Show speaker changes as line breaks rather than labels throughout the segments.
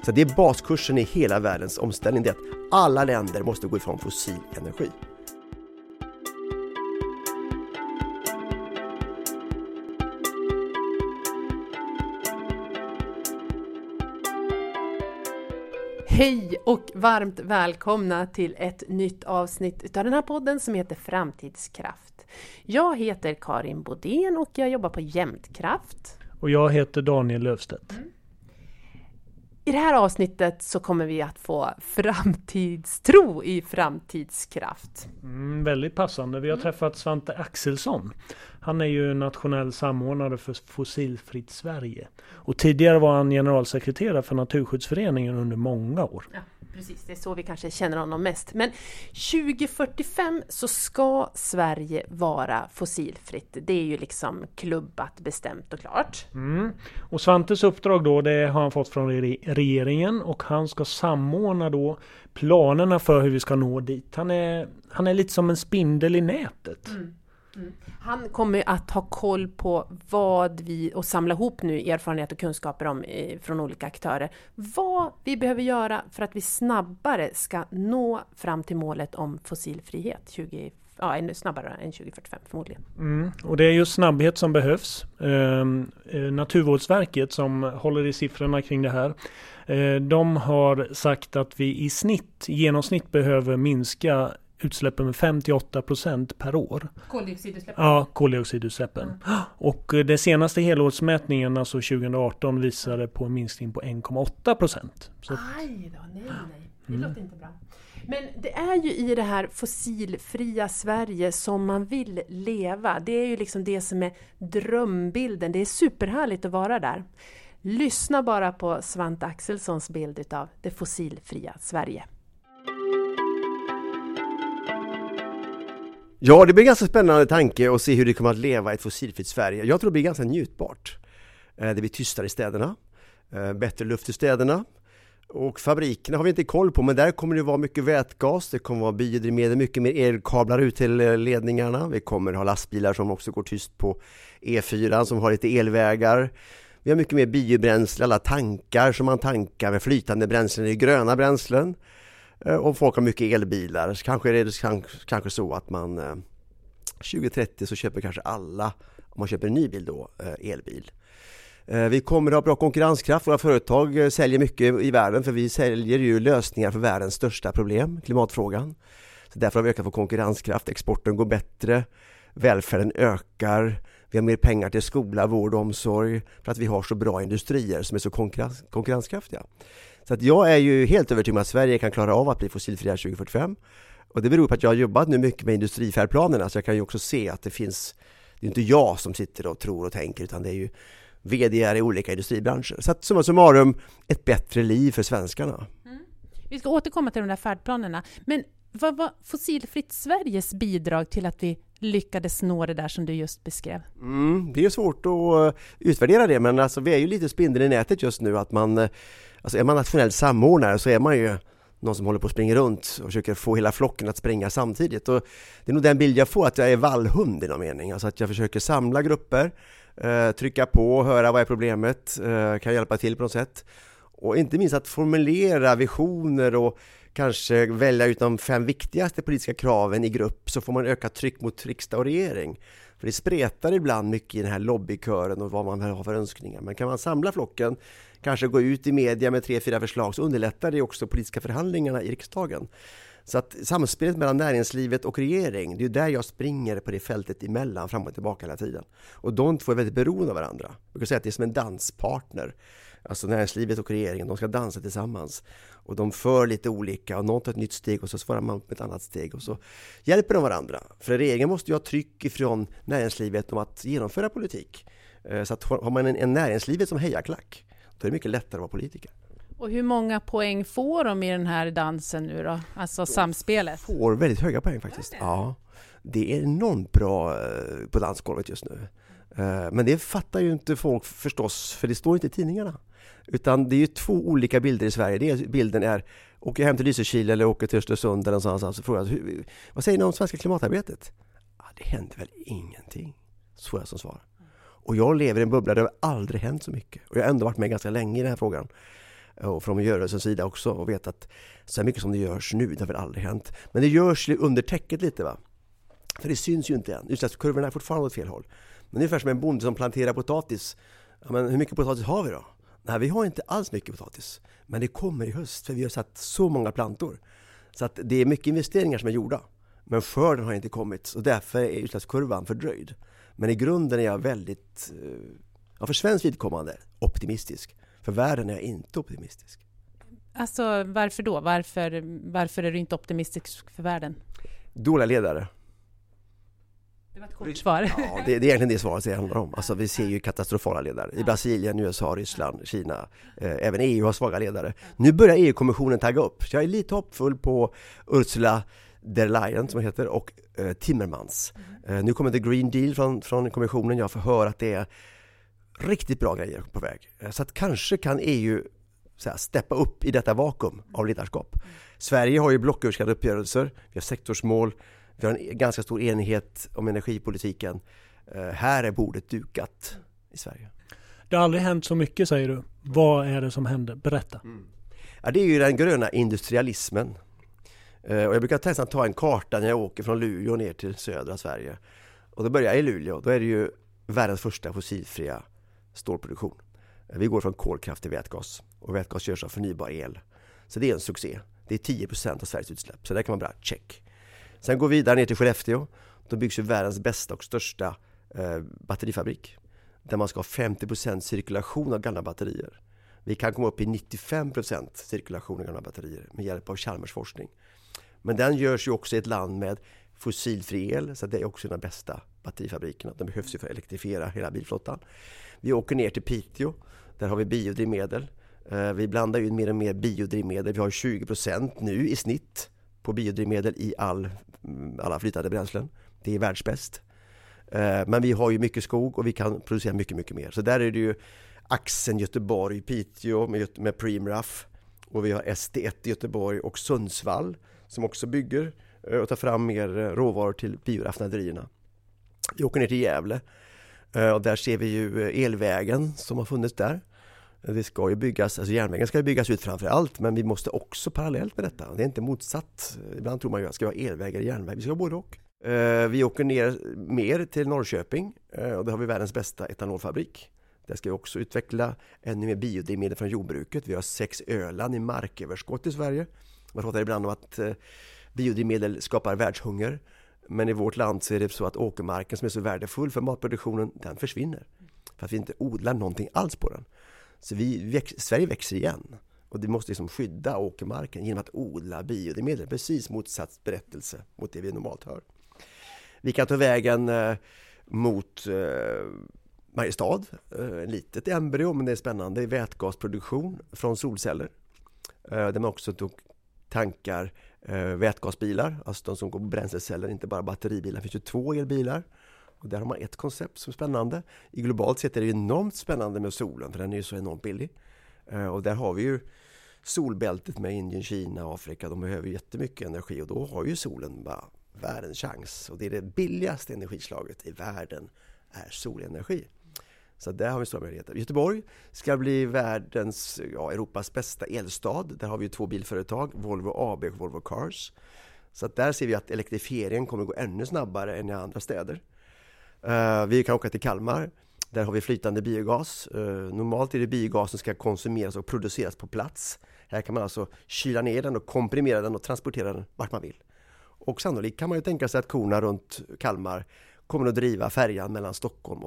Så det är baskursen i hela världens omställning, det är att alla länder måste gå ifrån fossil energi.
Hej och varmt välkomna till ett nytt avsnitt av den här podden som heter Framtidskraft. Jag heter Karin Bodén och jag jobbar på Jämtkraft.
Och jag heter Daniel Löfstedt.
I det här avsnittet så kommer vi att få framtidstro i Framtidskraft.
Väldigt passande. Vi har träffat Svante Axelsson. Han är ju nationell samordnare för Fossilfritt Sverige. Och tidigare var han generalsekreterare för Naturskyddsföreningen under många år.
Ja, precis. Det är så vi kanske känner honom mest. Men 2045 så ska Sverige vara fossilfritt. Det är ju liksom klubbat, bestämt och klart.
Och Svantes uppdrag då, det har han fått från regeringen. Och han ska samordna då planerna för hur vi ska nå dit. Han är lite som en spindel i nätet.
Han kommer att ha koll på vad vi, och samla ihop nu erfarenhet och kunskaper om från olika aktörer, vad vi behöver göra för att vi snabbare ska nå fram till målet om fossilfrihet ännu snabbare än 2045 förmodligen.
Och det är ju snabbhet som behövs. Naturvårdsverket som håller i siffrorna kring det här, de har sagt att vi i genomsnitt behöver minska utsläppen med 58% per år.
Koldioxidutsläppen?
Ja, koldioxidutsläppen. Och det senaste helårsmätningen, alltså 2018, visade på en minskning på 1,8%. Så...
Aj då, nej. Det låter inte bra. Men det är ju i det här fossilfria Sverige som man vill leva. Det är ju liksom det som är drömbilden. Det är superhärligt att vara där. Lyssna bara på Svante Axelssons bild av det fossilfria Sverige.
Ja, det blir en ganska spännande tanke att se hur det kommer att leva i ett fossilfritt Sverige. Jag tror det blir ganska njutbart. Det blir tystare i städerna, bättre luft i städerna. Och fabrikerna har vi inte koll på, men där kommer det vara mycket vätgas, det kommer vara biodrivmedel, mycket mer elkablar ut till ledningarna. Vi kommer ha lastbilar som också går tyst på E4 som har lite elvägar. Vi har mycket mer biobränsle, alla tankar som man tankar med flytande bränslen i gröna bränslen. Och folk har mycket elbilar. Så kanske är det kanske så att man 2030 så köper kanske alla, om man köper en ny bil då, elbil. Vi kommer att ha bra konkurrenskraft. Våra företag säljer mycket i världen, för vi säljer ju lösningar för världens största problem, klimatfrågan. Så därför har vi ökat vår konkurrenskraft. Exporten går bättre, välfärden ökar. Vi har mer pengar till skola, vård och omsorg för att vi har så bra industrier som är så konkurrenskraftiga. Så att jag är ju helt övertygad om att Sverige kan klara av att bli fossilfria 2045. Och det beror på att jag har jobbat nu mycket med industrifärdplanerna, så jag kan ju också se att det är inte jag som sitter och tror och tänker, utan det är ju vd:ar i olika industribranscher. Så att summa summarum, ett bättre liv för svenskarna.
Vi ska återkomma till de där färdplanerna. Men vad var fossilfritt Sveriges bidrag till att vi lyckades nå det där som du just beskrev?
Det är svårt att utvärdera det, men alltså, vi är ju lite spindeln i nätet just nu. Att är man nationell samordnare så är man ju någon som håller på att springa runt och försöker få hela flocken att springa samtidigt. Och det är nog den bild jag får, att jag är vallhund i någon mening. Alltså att jag försöker samla grupper, trycka på och höra vad är problemet, kan hjälpa till på något sätt. Och inte minst att formulera visioner och kanske välja ut de 5 viktigaste politiska kraven i grupp, så får man öka tryck mot riksdag och regering. För det spretar ibland mycket i den här lobbykören och vad man har för önskningar. Men kan man samla flocken, kanske gå ut i media med 3-4 förslag, så underlättar det också politiska förhandlingarna i riksdagen. Så att samspelet mellan näringslivet och regering, det är där jag springer på det fältet emellan, fram och tillbaka hela tiden. Och de två är väldigt beroende av varandra. Jag kan säga att det är som en danspartner. Alltså näringslivet och regeringen, de ska dansa tillsammans. Och de för lite olika, och någon tar ett nytt steg och så svarar man på ett annat steg. Och så hjälper de varandra. För regeringen måste ju ha tryck ifrån näringslivet om att genomföra politik. Så att har man en näringslivet som hejarklack, då är det mycket lättare att vara politiker.
Och hur många poäng får de i den här dansen nu då? Alltså samspelet?
Får väldigt höga poäng faktiskt. Ja, det är enormt bra på dansgolvet just nu. Men det fattar ju inte folk förstås, för det står inte i tidningarna. Utan det är ju 2 olika bilder i Sverige. Bilden är, åker jag hem till Lysekil eller åker till Östersund eller någonstans, så frågar jag, vad säger ni om svenska klimatarbetet? Ja, det händer väl ingenting, så jag som svar. Och jag lever i en bubbla där det aldrig hänt så mycket. Och jag har ändå varit med ganska länge i den här frågan. och från miljörörelsens sida också, och vet att så mycket som det görs nu, det har väl aldrig hänt. Men det görs under täcket lite, va? För det syns ju inte än. Utsläppskurvorna är fortfarande åt fel håll. Men det är ungefär som en bonde som planterar potatis. Ja, men hur mycket potatis har vi då? Nej, vi har inte alls mycket potatis. Men det kommer i höst, för vi har satt så många plantor. Så att det är mycket investeringar som är gjorda. Men skörden har inte kommit, och därför är utsläppskurvan fördröjd. Men i grunden är jag väldigt, för svensk vidkommande, optimistisk. För världen är jag inte optimistisk.
Alltså varför då? Varför är du inte optimistisk för världen?
Dåliga ledare.
Det var ett kort svar.
Ja, det är egentligen det svaret det handlar om. Alltså, vi ser ju katastrofala ledare. I Brasilien, USA, Ryssland, Kina. Även EU har svaga ledare. Nu börjar EU-kommissionen tagga upp. Så jag är lite hoppfull på Ursula der Leyen, som heter, och Timmermans. Nu kommer The Green Deal från kommissionen. Jag får höra att det är riktigt bra grejer på väg. Så att kanske kan EU steppa upp i detta vakuum av ledarskap. Sverige har ju blocköverskridande uppgörelser. Vi har sektorsmål. Vi har en ganska stor enighet om energipolitiken. Här är bordet dukat i Sverige.
Det har aldrig hänt så mycket, säger du. Vad är det som händer? Berätta.
Ja, det är ju den gröna industrialismen. Och jag brukar nästan ta en karta när jag åker från Luleå ner till södra Sverige. Och då börjar jag i Luleå. Då är det ju världens första fossilfria stålproduktion. Vi går från kolkraft till vätgas. Och vätgas görs av förnybar el. Så det är en succé. Det är 10% av Sveriges utsläpp. Så där kan man bara check. Sen går vi vidare ner till Skellefteå. Då byggs ju världens bästa och största batterifabrik. Där man ska ha 50% cirkulation av gamla batterier. Vi kan komma upp i 95% cirkulation av gamla batterier med hjälp av Chalmers forskning. Men den görs ju också i ett land med fossilfri el. Så det är också en av de bästa batterifabrikerna. Den behövs ju för att elektrifiera hela bilflottan. Vi åker ner till Piteå. Där har vi biodrivmedel. Vi blandar ju mer och mer biodrivmedel. Vi har 20% nu i snitt på biodrivmedel i alla flytande bränslen. Det är världsbäst. Men vi har ju mycket skog och vi kan producera mycket, mycket mer. Så där är det ju axeln Göteborg-Piteå med Preemraff. Och vi har SD1 i Göteborg och Sundsvall som också bygger och tar fram mer råvaror till bioraffinaderierna. Vi åker ner till Gävle och där ser vi ju elvägen som har funnits där. Det ska ju byggas, alltså järnvägen ska ju byggas ut framför allt, men vi måste också parallellt med detta. Det är inte motsatt. Ibland tror man ju att ska vi ha elvägar och järnväg. Vi ska ha både och. Vi åker ner mer till Norrköping och där har vi världens bästa etanolfabrik. Där ska vi också utveckla ännu mer biodrivmedel från jordbruket. Vi har 6 öland i marköverskott i Sverige. Man pratar ibland om att biodrivmedel skapar världshunger. Men i vårt land så är det så att åkermarken som är så värdefull för matproduktionen, den försvinner. För att vi inte odlar någonting alls på den. Så Sverige växer igen. Och det måste liksom skydda åkermarken genom att odla biodrivmedel. Precis motsatt berättelse mot det vi normalt hör. Vi kan ta vägen mot Mariestad. En litet embryo, men det är spännande. Vätgasproduktion från solceller. Där man också tankar vätgasbilar. Alltså de som går på bränsleceller, inte bara batteribilar. Det finns ju 2 elbilar. Och där har man ett koncept som är spännande. I globalt sett är det enormt spännande med solen, för den är ju så enormt billig. Och där har vi ju solbältet med Indien, Kina, Afrika. De behöver jättemycket energi och då har ju solen bara världens chans. Och det är det billigaste energislaget i världen är solenergi. Så där har vi stora möjligheter. Göteborg ska bli världens, Europas bästa elstad. Där har vi 2 bilföretag, Volvo AB och Volvo Cars. Så att där ser vi att elektrifieringen kommer att gå ännu snabbare än i andra städer. Vi kan åka till Kalmar. Där har vi flytande biogas. Normalt är det biogas som ska konsumeras och produceras på plats. Här kan man alltså kyla ner den och komprimera den och transportera den vart man vill. Och sannolikt kan man ju tänka sig att korna runt Kalmar kommer att driva färjan mellan Stockholm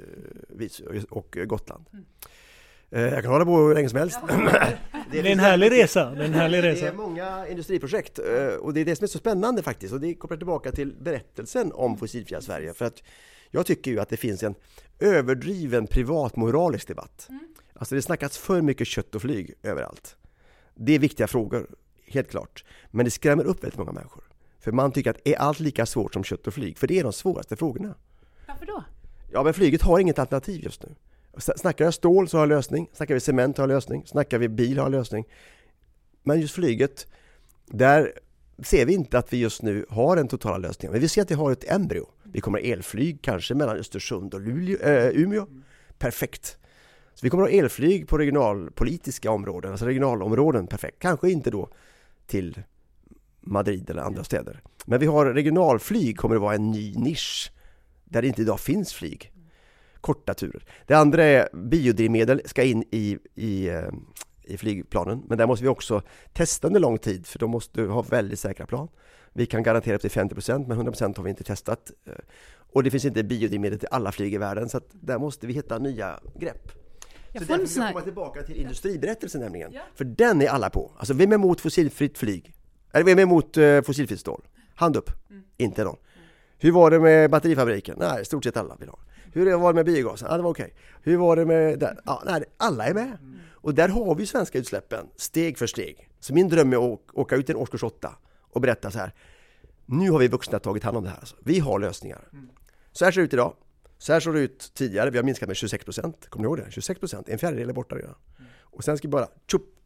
och Gotland. Jag kan hålla på hur länge som helst.
Det är en härlig resa. Det
är många industriprojekt och det är det som är så spännande faktiskt. Och det kopplar tillbaka till berättelsen om fossilfria Sverige. För att jag tycker ju att det finns en överdriven privatmoralisk debatt. Alltså det snackas för mycket kött och flyg överallt. Det är viktiga frågor, helt klart. Men det skrämmer upp väldigt många människor. För man tycker att är allt lika svårt som kött och flyg? För det är de svåraste frågorna.
Varför då?
Ja, men flyget har inget alternativ just nu. Snackar jag stål så har jag lösning. Snackar vi cement har jag lösning. Snackar vi bil har jag lösning. Men just flyget, där ser vi inte att vi just nu har en total lösning. Men vi ser att vi har ett embryo. Vi kommer elflyg kanske mellan Östersund och Umeå. Perfekt. Så vi kommer att ha elflyg på regionalpolitiska områden, alltså regionalområden, perfekt. Kanske inte då till Madrid eller andra städer. Men vi har regionalflyg, kommer att vara en ny nisch där det inte idag finns flyg. Korta turer. Det andra är biodrivmedel ska in i flygplanen. Men där måste vi också testa under lång tid, för de måste ha väldigt säkra plan. Vi kan garantera upp till 50%, men 100% har vi inte testat. Och det finns inte biodrivmedel till alla flyg i världen, så att där måste vi hitta nya grepp. Så därför vill jag komma tillbaka till industriberättelsen nämligen. Ja. För den är alla på. Alltså vem är emot fossilfritt flyg? Eller vem är emot fossilfritt stål? Hand upp. Inte någon. Hur var det med batterifabriken? Nej, stort sett alla vill ha. Hur var det med biogasen? Ja, det var okej. Hur var det med där? Ja, nej, alla är med. Och där har vi svenska utsläppen steg för steg. Så min dröm är att åka ut i en årskurs 8 och berätta så här. Nu har vi vuxna tagit hand om det här. Alltså. Vi har lösningar. Så här ser det ut idag. Så här såg det ut tidigare. Vi har minskat med 26%. Kommer ni ihåg det? 26%. En fjärdedel är borta redan. Och sen ska vi bara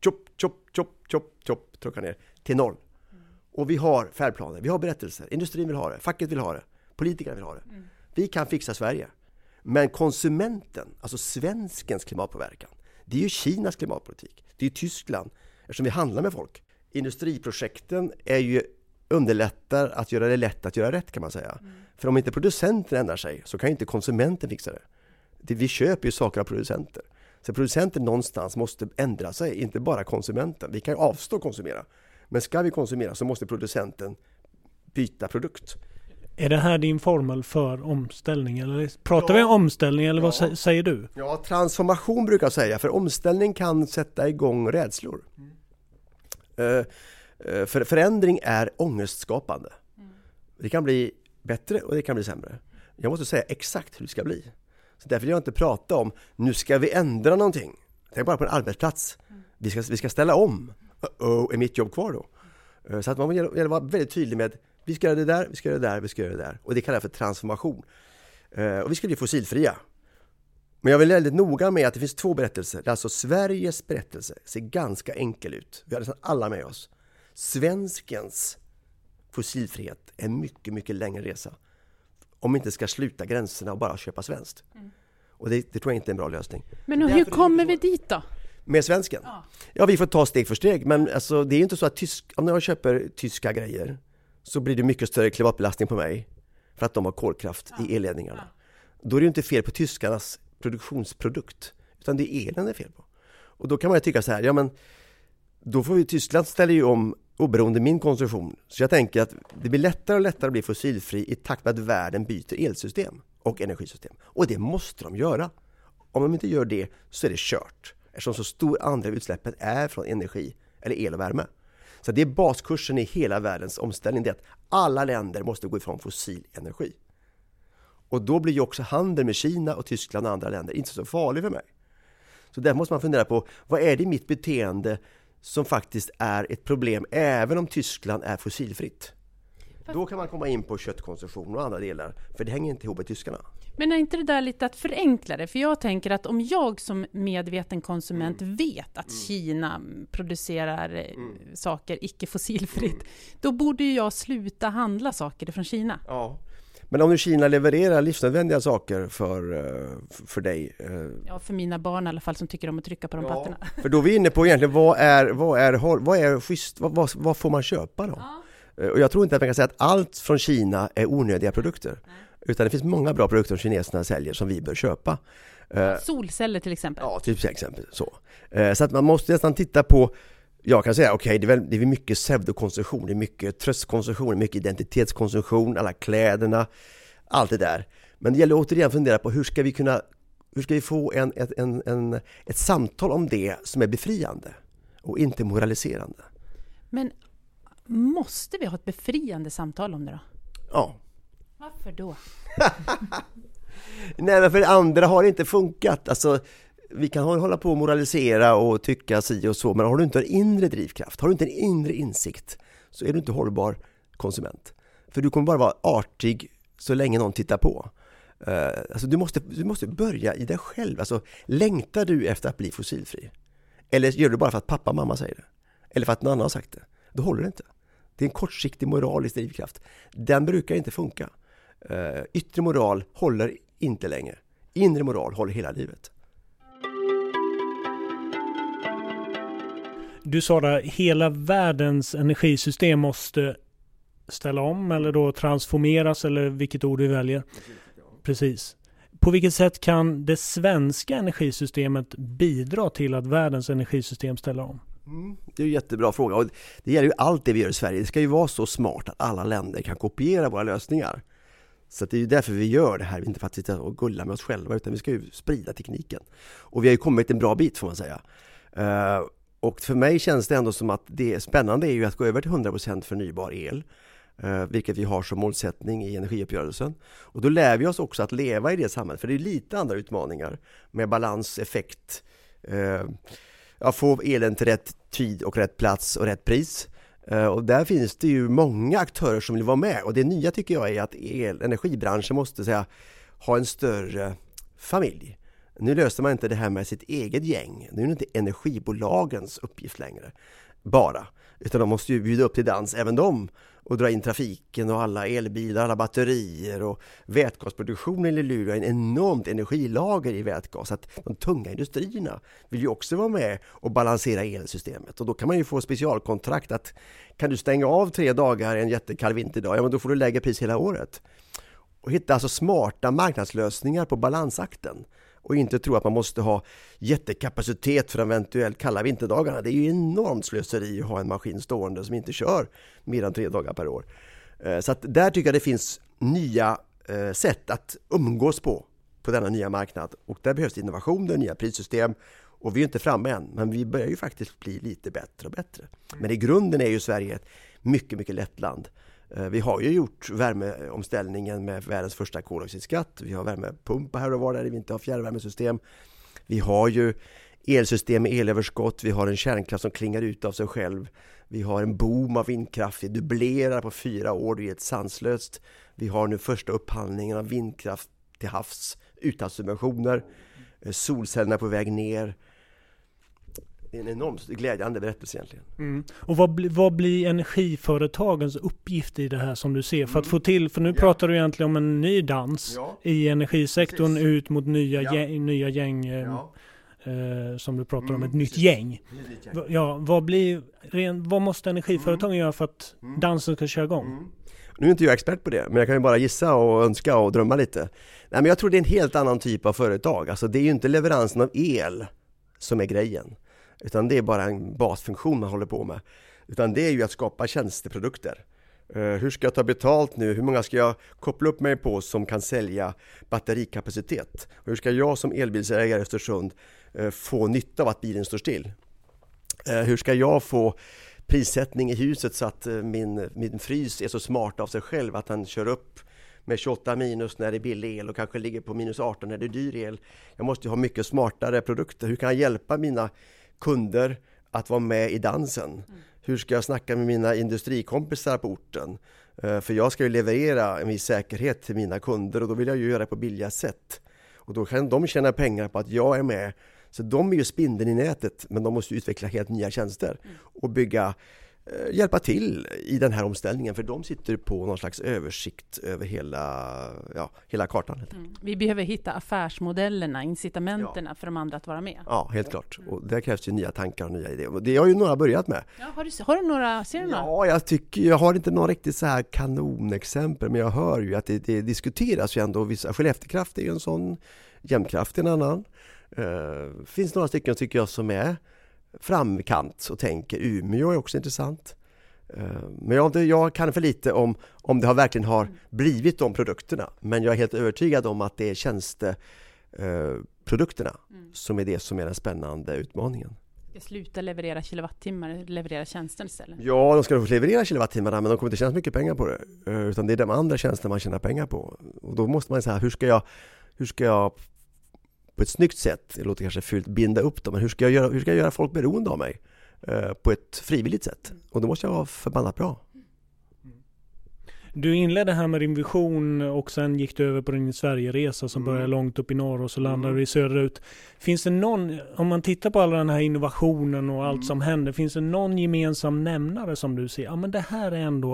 chop, trycka ner till 0. Och vi har färdplaner. Vi har berättelser. Industrin vill ha det. Facket vill ha det. Politikerna vill ha det. Vi kan fixa Sverige. Men konsumenten, alltså svenskens klimatpåverkan, det är ju Kinas klimatpolitik. Det är ju Tyskland, eftersom vi handlar med folk. Industriprojekten är ju underlättar att göra det lätt att göra rätt, kan man säga. För om inte producenten ändrar sig så kan inte konsumenten fixa det. Vi köper ju saker av producenter. Så producenten någonstans måste ändra sig, inte bara konsumenten. Vi kan ju avstå att konsumera. Men ska vi konsumera så måste producenten byta produkt.
Är det här din formel för omställning? Eller pratar vi om omställning eller vad säger du?
Ja, transformation brukar jag säga. För omställning kan sätta igång rädslor. För förändring är ångestskapande. Det kan bli bättre och det kan bli sämre. Jag måste säga exakt hur det ska bli. Så därför vill jag inte prata om nu ska vi ändra någonting. Tänk bara på en arbetsplats. Vi ska ställa om. Är mitt jobb kvar då? Så att man vill vara väldigt tydlig med vi ska göra det där, vi ska göra det där, vi ska göra det där. Och det kallar jag för transformation. Och vi ska bli fossilfria. Men jag vill väldigt noga med att det finns 2 berättelser. Det är alltså Sveriges berättelse. Ser ganska enkel ut. Vi har nästan alla med oss. Svenskens fossilfrihet är mycket, mycket längre resa. Om vi inte ska sluta gränserna och bara köpa svenskt. Och det tror jag inte är en bra lösning.
Men hur kommer vi dit då?
Med svensken? Ja, vi får ta steg för steg. Men alltså, det är inte så att om jag köper tyska grejer så blir det mycket större klimatbelastning på mig för att de har kolkraft i elledningarna. Då är det ju inte fel på tyskarnas produktionsprodukt, utan det är elen det är fel på. Och då kan man ju tycka så här, ja men då får vi Tyskland ställa ju om oberoende min konsumtion. Så jag tänker att det blir lättare och lättare att bli fossilfri i takt med att världen byter elsystem och energisystem. Och det måste de göra. Om de inte gör det så är det kört. Eftersom så stor andel av utsläppet är från energi eller el och värme. Så det är baskursen i hela världens omställning, det är att alla länder måste gå ifrån fossil energi. Och då blir ju också handel med Kina och Tyskland och andra länder inte så farlig för mig. Så där måste man fundera på, vad är det i mitt beteende som faktiskt är ett problem även om Tyskland är fossilfritt? Då kan man komma in på köttkonsumtion och andra delar, för det hänger inte ihop med tyskarna.
Men är inte det där lite att förenkla det? För jag tänker att om jag som medveten konsument vet att Kina producerar saker icke-fossilfritt, då borde ju jag sluta handla saker från Kina.
Ja, men om nu Kina levererar livsnödvändiga saker för dig?
Ja, för mina barn i alla fall som tycker om att trycka på de patterna.
För då är vi inne på egentligen vad är schysst, vad får man köpa då? Ja. Och jag tror inte att man kan säga att allt från Kina är onödiga produkter. Nej. Utan det finns många bra produkter som kineserna säljer som vi bör köpa.
Solceller till exempel.
Ja, till exempel så. Så att man måste nästan titta på, jag kan säga okej, det är mycket pseudokonsumtion, det är mycket tröstkonsumtion, det är mycket identitetskonsumtion, alla kläderna, allt det där. Men det gäller återigen att fundera på hur ska vi få ett samtal om det som är befriande och inte moraliserande.
Men måste vi ha ett befriande samtal om det då?
Ja.
Varför då?
Nej, men för det andra har det inte funkat. Alltså, vi kan hålla på och moralisera och tycka si och så, men har du inte en inre drivkraft, har du inte en inre insikt, så är du inte hållbar konsument. För du kommer bara vara artig så länge någon tittar på. Alltså, du måste börja i dig själv. Alltså, längtar du efter att bli fossilfri? Eller gör du bara för att pappa och mamma säger det? Eller för att någon annan har sagt det? Då håller det inte. Det är en kortsiktig moralisk drivkraft. Den brukar inte funka. Yttre moral håller inte längre. Inre moral håller hela livet.
Du sa att hela världens energisystem måste ställa om eller då transformeras, eller vilket ord vi väljer. Precis. På vilket sätt kan det svenska energisystemet bidra till att världens energisystem ställer om?
Det är en jättebra fråga, och det gäller ju allt det vi gör i Sverige. Det ska ju vara så smart att alla länder kan kopiera våra lösningar. Så det är ju därför vi gör det här, inte för att sitta och gulla med oss själva, utan vi ska ju sprida tekniken. Och vi har ju kommit en bra bit, får man säga. Och för mig känns det ändå som att det spännande är ju att gå över till 100% förnybar el, vilket vi har som målsättning i energiuppgörelsen. Och då lär vi oss också att leva i det samhället, för det är lite andra utmaningar med balans, effekt, att få elen till rätt tid och rätt plats och rätt pris. Och där finns det ju många aktörer som vill vara med, och det nya tycker jag är att energibranschen måste ha en större familj. Nu löser man inte det här med sitt eget gäng. Nu är det inte energibolagens uppgift längre bara, utan de måste ju bjuda upp till dans även de, och dra in trafiken och alla elbilar, alla batterier, och vätgasproduktionen i Luleå är en enormt energilager i vätgas, att de tunga industrierna vill ju också vara med och balansera elsystemet, och då kan man ju få specialkontrakt att kan du stänga av 3 dagar en jättekall vinterdag, ja men då får du lägga pris hela året. Och hitta alltså smarta marknadslösningar på balansakten. Och inte tro att man måste ha jättekapacitet för eventuellt kalla vinterdagarna. Det är ju enormt slöseri att ha en maskin stående som inte kör mer än 3 dagar per år. Så att där tycker jag det finns nya sätt att umgås på denna nya marknad. Och där behövs innovationer, nya prissystem. Och vi är inte framme än, men vi börjar ju faktiskt bli lite bättre och bättre. Men i grunden är ju Sverige ett mycket, mycket lätt land. Vi har ju gjort värmeomställningen med världens första koldioxidskatt. Vi har värmepumpar här och var där vi inte har fjärrvärmesystem. Vi har ju elsystem med elöverskott. Vi har en kärnkraft som klingar ut av sig själv. Vi har en boom av vindkraft. Vi dubblerar på 4 år. Det är ett sanslöst. Vi har nu första upphandlingen av vindkraft till havs utan subventioner. Solcellerna på väg ner. Det är en enormt glädjande berättelse egentligen.
Och vad blir energiföretagens uppgift i det här som du ser? För att få till, för nu pratar du egentligen om en ny dans i energisektorn. Precis. Ut mot nya gäng som du pratar om, ett nytt gäng. Vad måste energiföretagen göra för att dansen ska köra igång?
Nu är inte jag expert på det, men jag kan ju bara gissa och önska och drömma lite. Nej, men jag tror det är en helt annan typ av företag. Alltså det är ju inte leveransen av el som är grejen. Utan det är bara en basfunktion man håller på med. Utan det är ju att skapa tjänsteprodukter. Hur ska jag ta betalt nu? Hur många ska jag koppla upp mig på som kan sälja batterikapacitet? Och hur ska jag som elbilsägare i Östersund få nytta av att bilen står still? Hur ska jag få prissättning i huset så att min frys är så smart av sig själv att han kör upp med 28 minus när det är billig el och kanske ligger på minus 18 när det är dyr el. Jag måste ha mycket smartare produkter. Hur kan jag hjälpa mina kunder att vara med i dansen? Hur ska jag snacka med mina industrikompisar på orten? För jag ska ju leverera en viss säkerhet till mina kunder, och då vill jag ju göra det på billiga sätt. Och då kan de tjäna pengar på att jag är med. Så de är ju spindeln i nätet, men de måste utveckla helt nya tjänster och hjälpa till i den här omställningen, för de sitter på någon slags översikt över hela kartan.
Vi behöver hitta affärsmodellerna, incitamenterna för de andra att vara med.
Ja, helt klart. Och där krävs ju nya tankar och nya idéer. Och det har ju några börjat med.
Ja, har du några, ser du några?
Ja, jag har inte någon riktigt så här kanonexempel, men jag hör ju att det diskuteras ju ändå. Skelleftekraft är ju en sån, Jämtkraft är en annan. Finns några stycken tycker jag som är framkant och tänker. Umeå är också intressant. Men jag kan för lite om det verkligen har blivit de produkterna. Men jag är helt övertygad om att det är tjänsteprodukterna som är det som är den spännande utmaningen.
Ska sluta leverera kilowattimmar, leverera tjänster istället?
Ja, de ska leverera kilowattimmarna, men de kommer inte tjäna så mycket pengar på det. Utan det är de andra tjänsterna man tjänar pengar på. Och då måste man säga, hur ska jag på ett snyggt sätt, det låter kanske fult, binda upp dem, men hur ska jag göra folk beroende av mig på ett frivilligt sätt? Och då måste jag vara förbannat bra.
Du inledde här med din vision och sen gick du över på din Sverigeresa som började långt upp i norr och så landade du i söderut. Finns det någon, om man tittar på all den här innovationen och allt som händer, finns det någon gemensam nämnare som du ser? Ja, men det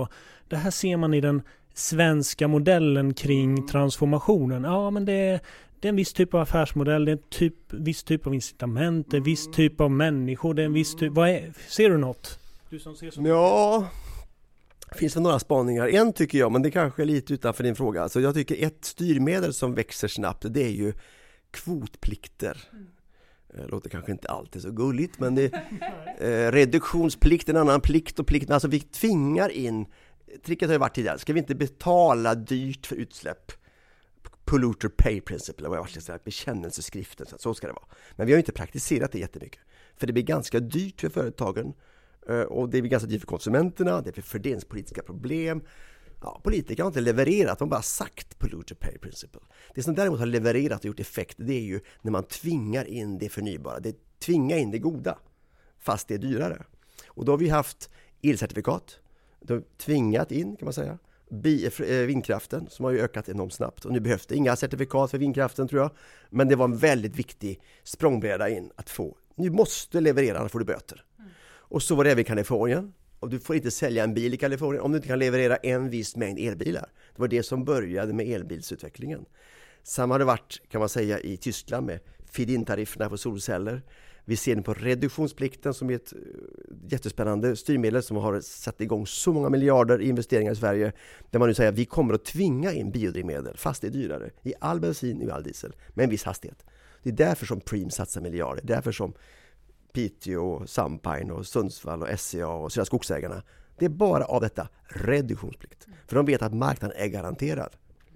här ser man i den svenska modellen kring transformationen. Ja, men det det är en viss typ av affärsmodell, det är en viss typ av incitament, det är en viss typ av människor, det är en viss typ... Ser du något? Du som ser så.
Ja, finns det några spaningar. En tycker jag, men det kanske är lite utanför din fråga. Alltså jag tycker ett styrmedel som växer snabbt, det är ju kvotplikter. Det låter kanske inte alltid så gulligt, men det är reduktionsplikt, en annan plikt och plikt. Alltså vi tvingar in, tricket har ju varit tidigare, ska vi inte betala dyrt för utsläpp? Polluter pay principle, det har varit bekännelseskriften, så ska det vara. Men vi har inte praktiserat det jättemycket. För det blir ganska dyrt för företagen och det blir ganska dyrt för konsumenterna, det är för fördelningspolitiska problem. Ja, politiker har inte levererat, de har bara sagt polluter pay principle. Det som däremot har levererat och gjort effekt, det är ju när man tvingar in det förnybara, det tvingar in det goda, fast det är dyrare. Och då har vi haft elcertifikat, de har tvingat in, kan man säga, vindkraften som har ju ökat enormt snabbt. Och nu behövs det inga certifikat för vindkraften, tror jag. Men det var en väldigt viktig språngbräda in att få. Nu måste leverera, annars får du böter. Och så var det även i Kalifornien. Och du får inte sälja en bil i Kalifornien om du inte kan leverera en viss mängd elbilar. Det var det som började med elbilsutvecklingen. Samma har det varit, kan man säga, i Tyskland med feed-in-tarifferna för solceller. Vi ser nu på reduktionsplikten som är ett jättespännande styrmedel som har satt igång så många miljarder i investeringar i Sverige. Där man nu säger att vi kommer att tvinga in biodrivmedel, fast det är dyrare, i all bensin och i all diesel med en viss hastighet. Det är därför som Preem satsar miljarder. Det är därför som Piteå, Sampine och Sundsvall och SCA och Södra Skogsägarna. Det är bara av detta reduktionsplikt. För de vet att marknaden är garanterad.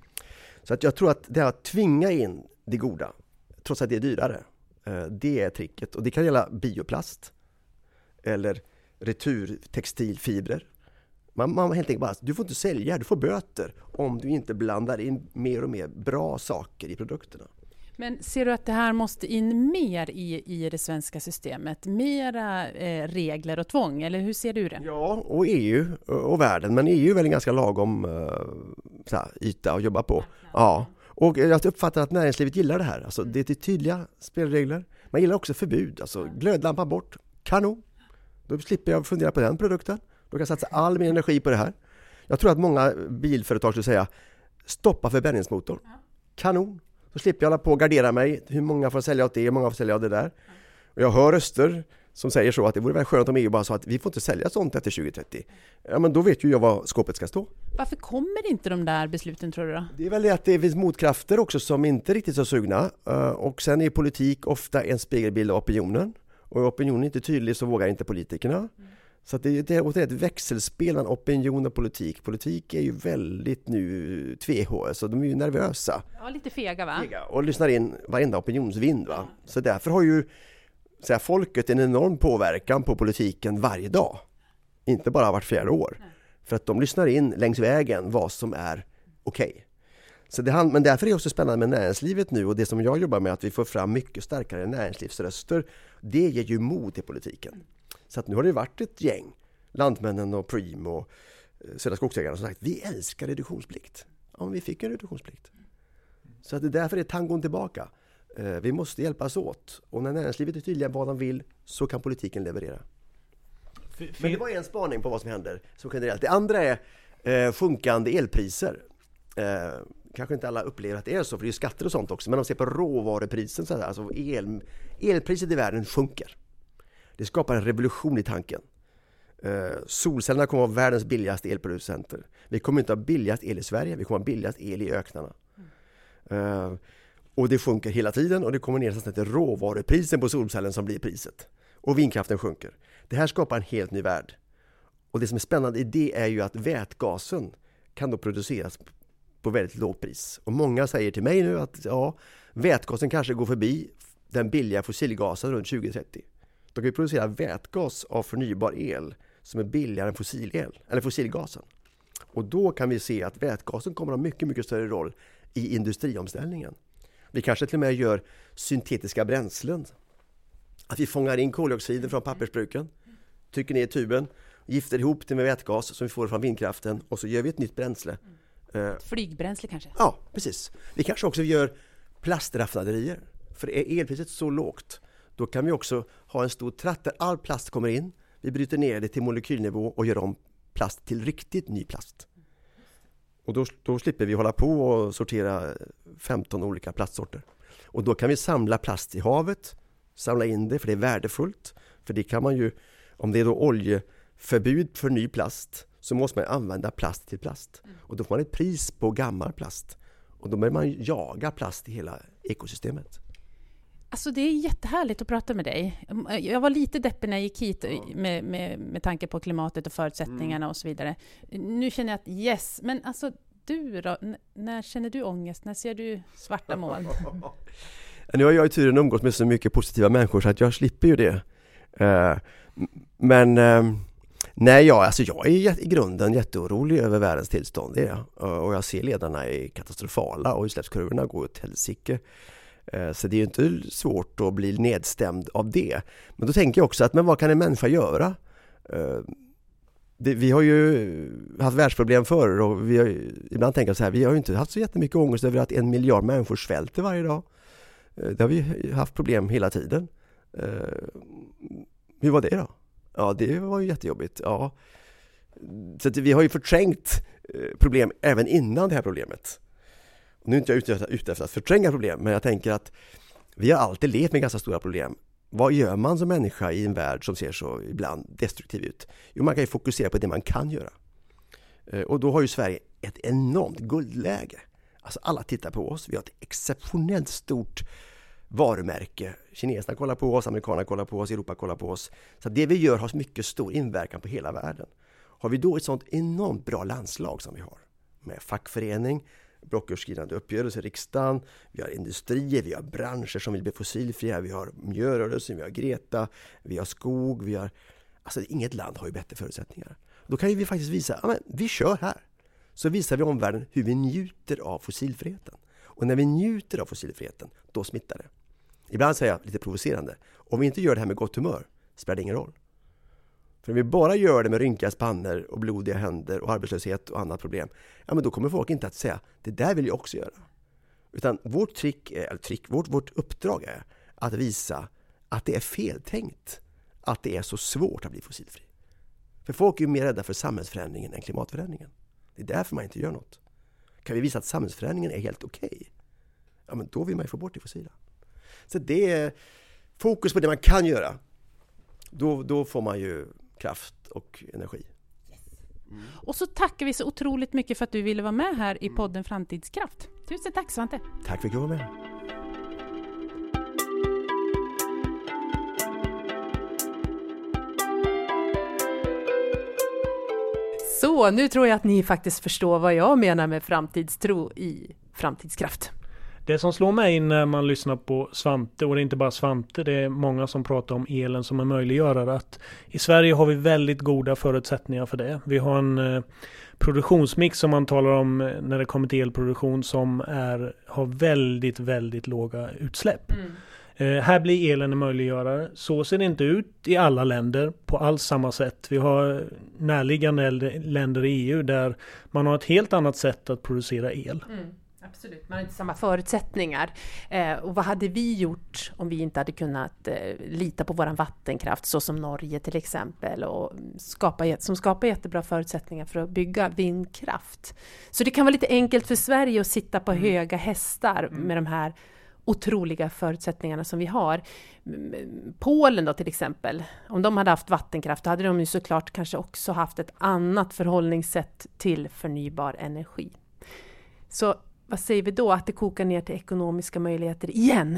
Så att jag tror att det är att tvinga in det goda, trots att det är dyrare. Det är tricket. Och det kan gälla bioplast eller returtextilfibrer. Man helt enkelt bara, du får inte sälja, du får böter om du inte blandar in mer och mer bra saker i produkterna.
Men ser du att det här måste in mer i det svenska systemet? Mera regler och tvång, eller hur ser du det?
Ja, och EU och världen. Men EU är väl en ganska lagom yta att jobba på. Ja. Och jag uppfattar att näringslivet gillar det här. Alltså, det är tydliga spelregler. Man gillar också förbud. Alltså, glödlampan bort, kanon. Då slipper jag fundera på den produkten. Då kan jag satsa all min energi på det här. Jag tror att många bilföretag skulle säga stoppa förbränningsmotorn. Kanon. Så slipper jag hålla på och gardera mig. Hur många får sälja åt det, hur många får sälja åt det där. Och jag hör röster som säger så att det vore väl skönt om EU bara sa att vi får inte sälja sånt efter 2030. Ja, men då vet ju jag var skåpet ska stå.
Varför kommer inte de där besluten, tror du då?
Det är väl det att det finns motkrafter också som inte riktigt är så sugna. Och sen är politik ofta en spegelbild av opinionen. Och är opinionen inte tydlig så vågar inte politikerna. Så att det är ett växelspel mellan opinion och politik. Politik är ju väldigt nu tvehåg, så de är ju nervösa.
Ja, lite fega, va?
Och lyssnar in varenda opinionsvind, va? Så därför har ju folket en enorm påverkan på politiken varje dag. Inte bara vart fjärde år. För att de lyssnar in längs vägen vad som är okej. Men därför är det också spännande med näringslivet nu, och det som jag jobbar med, att vi får fram mycket starkare näringslivsröster. Det ger ju mod i politiken. Så att nu har det varit ett gäng, Lantmännen och Preem och Södra Skogsägarna, som sagt, vi älskar reduktionsplikt. Ja, vi fick en reduktionsplikt. Så att det därför är tangon tillbaka. Vi måste hjälpas åt. Och när näringslivet är tydliga vad de vill, så kan politiken leverera. Men det var en spaning på vad som händer så generellt. Det andra är sjunkande elpriser. Kanske inte alla upplever att det är så, för det är skatter och sånt också. Men om man ser på råvaruprisen, så här, alltså elpriset i världen sjunker. Det skapar en revolution i tanken. Solcellerna kommer att vara världens billigaste elproducenter. Vi kommer inte att ha billigast el i Sverige, vi kommer att ha billigast el i öknarna. Och det sjunker hela tiden, och det kommer ner till råvaruprisen på solcellen som blir priset. Och vindkraften sjunker. Det här skapar en helt ny värld. Och det som är spännande i det är ju att vätgasen kan då produceras på väldigt lågt pris. Och många säger till mig nu att vätgasen kanske går förbi den billiga fossilgasen runt 2030. Då kan vi producera vätgas av förnybar el som är billigare än fossilel, eller fossilgasen. Och då kan vi se att vätgasen kommer att ha mycket, mycket större roll i industriomställningen. Vi kanske till och med gör syntetiska bränslen. Att vi fångar in koldioxiden från pappersbruken, trycker ner tuben, gifter ihop det med vätgas som vi får från vindkraften, och så gör vi ett nytt bränsle.
Flygbränsle kanske?
Ja, precis. Vi kanske också gör plastraffinaderier. För är elpriset så lågt, då kan vi också ha en stor tratt där all plast kommer in. Vi bryter ner det till molekylnivå och gör om plast till riktigt ny plast. Och då slipper vi hålla på och sortera 15 olika plastsorter. Och då kan vi samla plast i havet, samla in det för det är värdefullt. För det kan man ju, om det är då oljeförbud för ny plast, så måste man använda plast till plast. Och då får man ett pris på gammal plast. Och då börjar man jaga plast i hela ekosystemet.
Alltså det är jättehärligt att prata med dig. Jag var lite deppig när jag gick hit med tanke på klimatet och förutsättningarna och så vidare. Nu känner jag att yes, men alltså du då? När känner du ångest? När ser du svarta moln?
Nu har jag i turen umgått med så mycket positiva människor så att jag slipper ju det. Nej, jag är i grunden jätteorolig över världens tillstånd. Det är jag. Och jag ser ledarna är katastrofala och utsläppskurvorna går åt helsike. Så det är ju inte svårt att bli nedstämd av det. Men då tänker jag också att men vad kan en människa göra? Vi har ju haft världsproblem förr och vi har ibland tänkt så här, vi har ju inte haft så jättemycket ångest över att 1 miljard människor svälter varje dag. Det har vi haft problem hela tiden. Hur var det då? Ja, det var ju jättejobbigt. Ja. Så att vi har ju förträngt problem även innan det här problemet. Nu är inte jag ute efter att förtränga problem, men jag tänker att vi har alltid levt med ganska stora problem. Vad gör man som människa i en värld som ser så ibland destruktiv ut? Jo, man kan ju fokusera på det man kan göra. Och då har ju Sverige ett enormt guldläge. Alltså alla tittar på oss. Vi har ett exceptionellt stort varumärke. Kineserna kollar på oss, amerikanerna kollar på oss, Europa kollar på oss. Så det vi gör har mycket stor inverkan på hela världen. Har vi då ett sånt enormt bra landslag som vi har, med fackförening, blocköverskridande uppgörelser i riksdagen, vi har industrier, vi har branscher som vill bli fossilfria, vi har miljörörelsen, vi har Greta, vi har skog, vi har... Alltså inget land har ju bättre förutsättningar. Då kan ju vi faktiskt visa, ja, men vi kör här. Så visar vi omvärlden hur vi njuter av fossilfriheten. Och när vi njuter av fossilfriheten, då smittar det. Ibland säger jag lite provocerande, om vi inte gör det här med gott humör, spelar det ingen roll. För om vi bara gör det med rynkade spannor och blodiga händer och arbetslöshet och annat problem, ja men då kommer folk inte att säga, det där vill jag också göra. Utan vårt uppdrag är att visa att det är feltänkt, att det är så svårt att bli fossilfri. För folk är ju mer rädda för samhällsförändringen än klimatförändringen. Det är därför man inte gör något. Kan vi visa att samhällsförändringen är helt okej, ja men då vill man ju få bort det fossila. Så det är fokus på det man kan göra. Då får man ju kraft och energi.
Och så tackar vi så otroligt mycket för att du ville vara med här i podden Framtidskraft. Tusen tack Svante.
Tack för att du var med.
Så, nu tror jag att ni faktiskt förstår vad jag menar med framtidstro i Framtidskraft.
Det som slår mig när man lyssnar på Svante, och det är inte bara Svante, det är många som pratar om elen som är möjliggörare, att i Sverige har vi väldigt goda förutsättningar för det. Vi har en produktionsmix som man talar om när det kommer till elproduktion som har väldigt, väldigt låga utsläpp. Här blir elen en möjliggörare. Så ser det inte ut i alla länder på alls samma sätt. Vi har närliggande länder i EU där man har ett helt annat sätt att producera el.
Absolut, man har inte samma förutsättningar. Och vad hade vi gjort om vi inte hade kunnat lita på våran vattenkraft, så som Norge till exempel, och som skapar jättebra förutsättningar för att bygga vindkraft. Så det kan vara lite enkelt för Sverige att sitta på höga hästar med de här otroliga förutsättningarna som vi har. Polen då till exempel, om de hade haft vattenkraft, då hade de ju såklart kanske också haft ett annat förhållningssätt till förnybar energi. Så vad säger vi då? Att det kokar ner till ekonomiska möjligheter igen?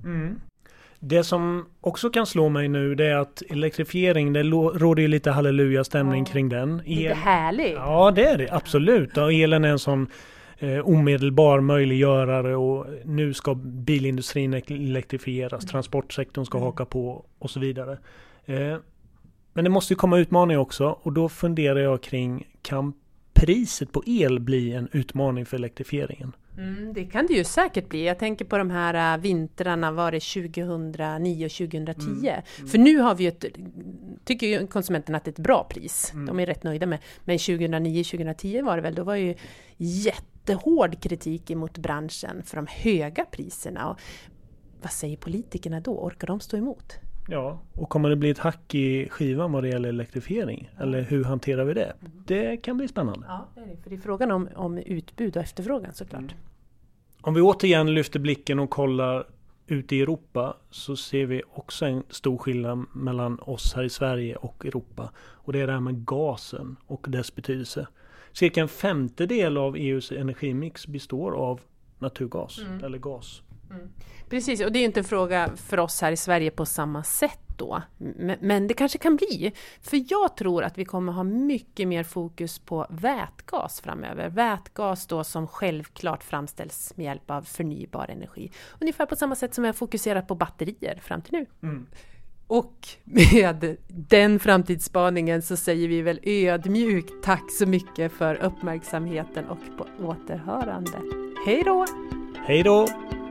Det som också kan slå mig nu, det är att elektrifiering, det råder ju lite halleluja-stämning kring den.
Lite härligt.
Ja, det är det. Absolut. Och elen är en sån omedelbar möjliggörare, och nu ska bilindustrin elektrifieras, transportsektorn ska haka på och så vidare. Men det måste ju komma utmaningar också, och då funderar jag kring, kan priset på el bli en utmaning för elektrifieringen?
Det kan det ju säkert bli. Jag tänker på de här vintrarna, var det 2009 och 2010. För nu har vi tycker ju konsumenterna att det är ett bra pris. De är rätt nöjda med. Men 2009-2010 var det väl, då var ju jättehård kritik emot branschen för de höga priserna. Och vad säger politikerna då? Orkar de stå emot?
Ja, och kommer det bli ett hack i skivan vad det gäller elektrifiering? Eller hur hanterar vi det? Det kan bli spännande.
Ja, det är det. För det är frågan om utbud och efterfrågan såklart.
Om vi återigen lyfter blicken och kollar ut i Europa så ser vi också en stor skillnad mellan oss här i Sverige och Europa. Och det är det här med gasen och dess betydelse. Cirka en femtedel av EUs energimix består av naturgas eller gas.
Precis, och det är ju inte en fråga för oss här i Sverige på samma sätt då. Men det kanske kan bli. För jag tror att vi kommer ha mycket mer fokus på vätgas framöver. Vätgas då som självklart framställs med hjälp av förnybar energi. Ungefär på samma sätt som jag fokuserat på batterier fram till nu. Och med den framtidsspaningen så säger vi väl ödmjukt tack så mycket för uppmärksamheten och på återhörande. Hej då!
Hej då!